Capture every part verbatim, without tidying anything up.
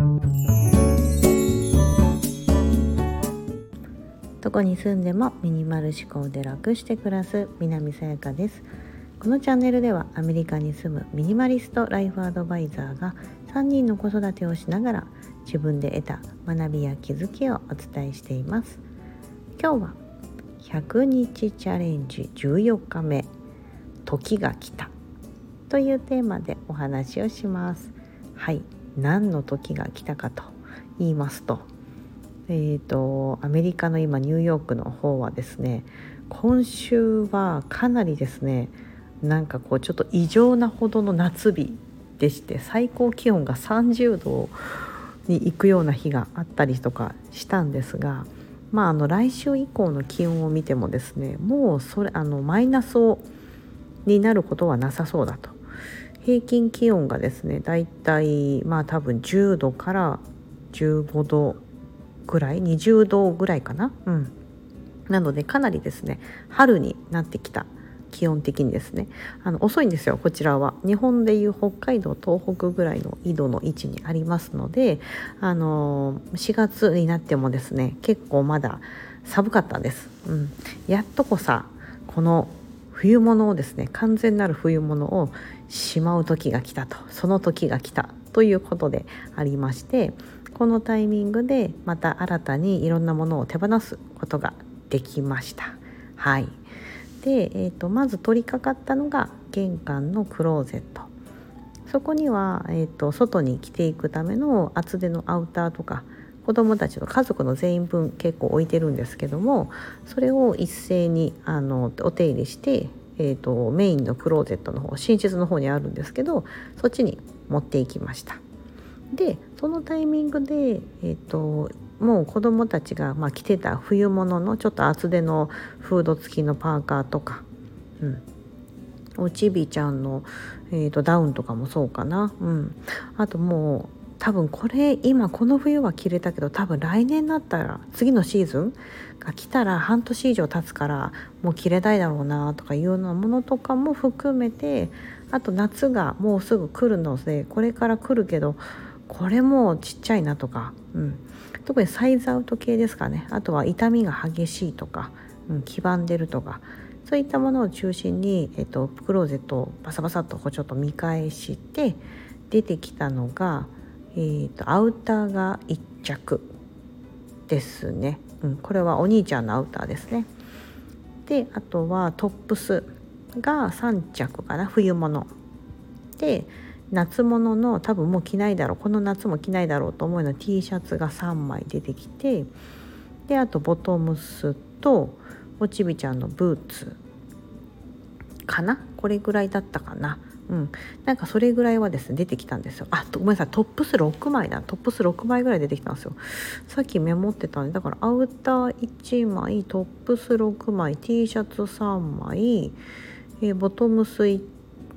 どこに住んでもミニマル思考で楽して暮らす南さやかです。このチャンネルではアメリカに住むミニマリストライフアドバイザーがさんにんの子育てをしながら自分で得た学びや気づきをお伝えしています。今日はひゃくにちチャレンジじゅうよっかめ、時が来たというテーマでお話をします。はい、何の時が来たかと言いますと、えーと、アメリカの今ニューヨークの方はですね、今週はかなりですね、なんかこうちょっと異常なほどの夏日でして、最高気温がさんじゅうどに行くような日があったりとかしたんですが、まあ、あの来週以降の気温を見てもですね、もうそれあのマイナスをになることはなさそうだと。平均気温がですね、だいたいまあ多分じゅうどからじゅうごどぐらい、にじゅうどぐらいかな、うん、なのでかなりですね、春になってきた。気温的にですね、あの遅いんですよ。こちらは日本でいう北海道東北ぐらいの緯度の位置にありますので、あのしがつになってもですね、結構まだ寒かったんです、うん、やっとこさこの冬物をですね、完全なる冬物をしまう時が来たと、その時が来たということでありまして、このタイミングでまた新たにいろんなものを手放すことができました。はい。で、えーと、まず取り掛かったのが玄関のクローゼット。そこには、えーと、外に着ていくための厚手のアウターとか、子どもたちの家族の全員分結構置いてるんですけども、それを一斉にあのお手入れして、えーと、メインのクローゼットの方、寝室の方にあるんですけど、そっちに持っていきました。でそのタイミングで、えーと、もう子どもたちが、まあ、着てた冬物のちょっと厚手のフード付きのパーカーとか、うん、おちびちゃんの、えーと、ダウンとかもそうかな、うん、あともう多分これ今この冬は着れたけど、多分来年になったら次のシーズンが来たら半年以上経つからもう着れないだろうなとかいうようなものとかも含めて、あと夏がもうすぐ来るので、これから来るけどこれもうちっちゃいなとか、うん、特にサイズアウト系ですかね。あとは傷みが激しいとか、うん、黄ばんでるとか、そういったものを中心に、えっと、クローゼットをバサバサっとこうちょっと見返して出てきたのが、えっと、アウターがいっちゃくですね、うん、これはお兄ちゃんのアウターですね。であとはトップスがさんちゃくかな、冬物で、夏物の多分もう着ないだろう、この夏も着ないだろうと思うような T シャツがさんまい出てきて、であとボトムスとおちびちゃんのブーツかな、これぐらいだったかな、うん、なんかそれぐらいはですね出てきたんですよ。あ、ごめんなさい、トップスろくまいだ、トップスろくまいぐらい出てきたんですよ。さっきメモってたんで、だからアウターいちまい、トップスろくまい、 T シャツさんまい、えー、ボトムスい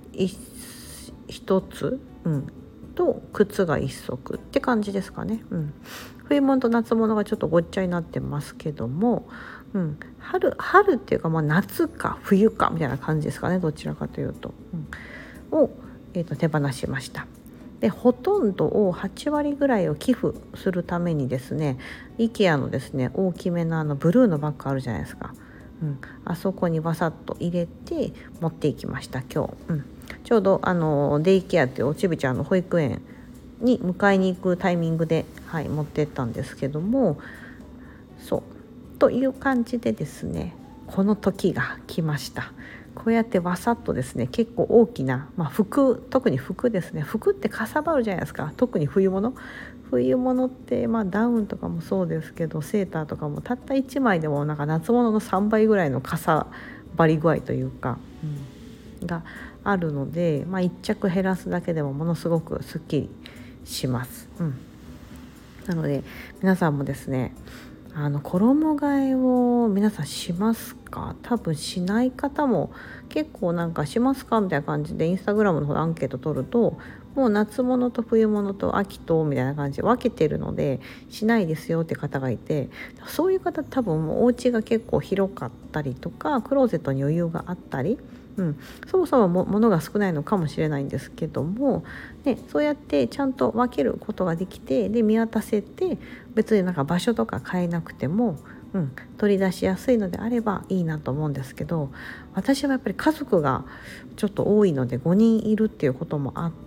一つ、うん、と靴が一足って感じですかね、うん、冬物と夏物がちょっとごっちゃになってますけども、うん、春春っていうか、まあ、夏か冬かみたいな感じですかね、どちらかというと、うん、を、えーと、手放しました。でほとんどをはちわりぐらいを寄付するためにですね、 IKEA のですね大きめのあのブルーのバッグあるじゃないですか、うん、あそこにわさっと入れて持っていきました今日、うん、ちょうどあのデイケアっていうおちびちゃんの保育園に迎えに行くタイミングで、はい、持ってったんですけども、そうという感じでですね、この時が来ました。こうやってわさっとですね、結構大きな、まあ、服、特に服ですね、服ってかさばるじゃないですか、特に冬物冬物って、まあ、ダウンとかもそうですけど、セーターとかもたったいちまいでもなんか夏物のさんばいぐらいのかさばり具合というか、うん、があるので、まあ、いっちゃく減らすだけでもものすごくすっきりします、うん、なので皆さんもですね、あの衣替えを皆さんしますか？多分しない方も結構なんかしますかみたいな感じでインスタグラムの方でアンケート取ると、もう夏物と冬物と秋とみたいな感じで分けてるのでしないですよって方がいて、そういう方多分もうお家が結構広かったりとか、クローゼットに余裕があったり、 うん、そもそもも物が少ないのかもしれないんですけども、ね、そうやってちゃんと分けることができて、で見渡せて、別になんか場所とか変えなくても、うん、取り出しやすいのであればいいなと思うんですけど、私はやっぱり家族がちょっと多いのでごにんいるっていうこともあって、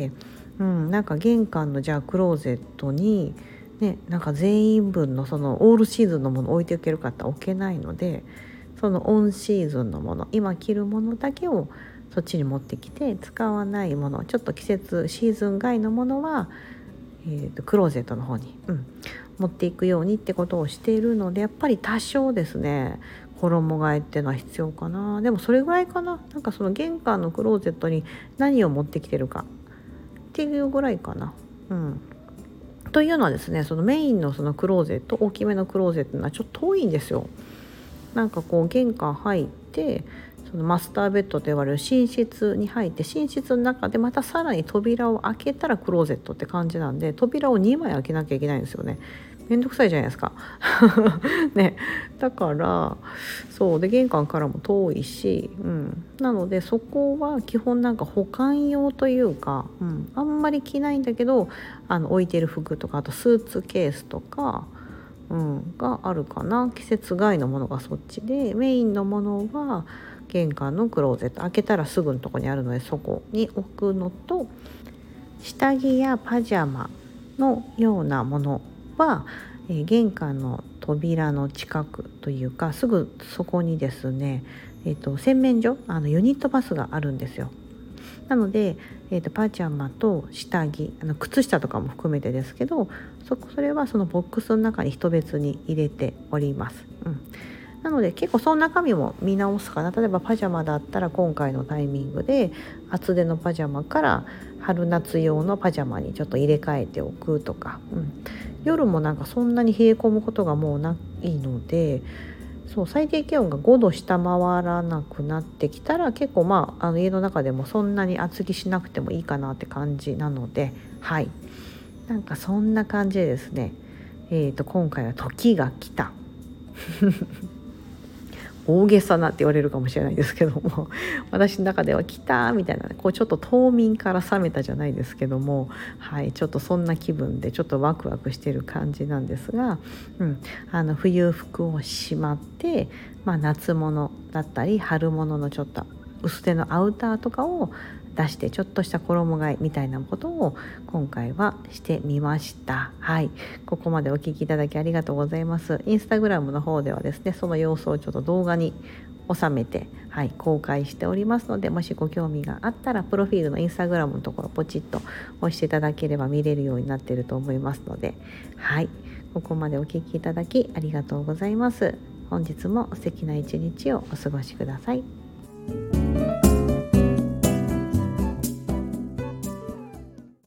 うん、なんか玄関のじゃあクローゼットにね、なんか全員分のそのオールシーズンのもの置いておけるかって置けないので、そのオンシーズンのもの、今着るものだけをそっちに持ってきて、使わないもの、ちょっと季節シーズン外のものは、えー、とクローゼットの方に、うん、持っていくようにってことをしているので、やっぱり多少ですね衣替えっていうのは必要かな。でもそれぐらいかな。なんかその玄関のクローゼットに何を持ってきてるかっていうぐらいかな。うんというのはですね、そのメインのそのクローゼット、大きめのクローゼットはちょっと遠いんですよ。なんかこう玄関入って、そのマスターベッドと呼ばれる寝室に入って、寝室の中でまたさらに扉を開けたらクローゼットって感じなんで、扉をにまい開けなきゃいけないんですよね。めんどくさいじゃないですかね、だからそうで玄関からも遠いし、うん、なのでそこは基本なんか保管用というか、うん、あんまり着ないんだけど、あの置いてる服とか、あとスーツケースとか、うん、があるかな。季節外のものがそっちで、メインのものは玄関のクローゼット、開けたらすぐのとこにあるのでそこに置くのと、下着やパジャマのようなものは、えー、玄関の扉の近くというか、すぐそこにですね、えーと、洗面所、あのユニットバスがあるんですよ。なので、えーと、パジャマと下着、あの靴下とかも含めてですけど、そそれはそのボックスの中に一別に入れております。うん、なので結構その中身も見直すかな。例えばパジャマだったら今回のタイミングで厚手のパジャマから春夏用のパジャマにちょっと入れ替えておくとか、うん、夜もなんかそんなに冷え込むことがもうないので、そう最低気温がごど下回らなくなってきたら、結構まあ、あの家の中でもそんなに厚着しなくてもいいかなって感じなので、はい、なんかそんな感じでですね、えーと今回は時が来た大げさなって言われるかもしれないですけども、私の中では来たみたいな、こうちょっと冬眠から覚めたじゃないですけども、はい、ちょっとそんな気分でちょっとワクワクしてる感じなんですが、うん、あの冬服をしまって、まあ、夏物だったり春物のちょっと薄手のアウターとかを出して、ちょっとした衣替えみたいなことを今回はしてみました。はい、ここまでお聞きいただきありがとうございます。インスタグラムの方ではですね、その様子をちょっと動画に収めて、はい、公開しておりますので、もしご興味があったらプロフィールのインスタグラムのところポチッと押していただければ見れるようになっていると思いますので、はい、ここまでお聞きいただきありがとうございます。本日も素敵な一日をお過ごしください。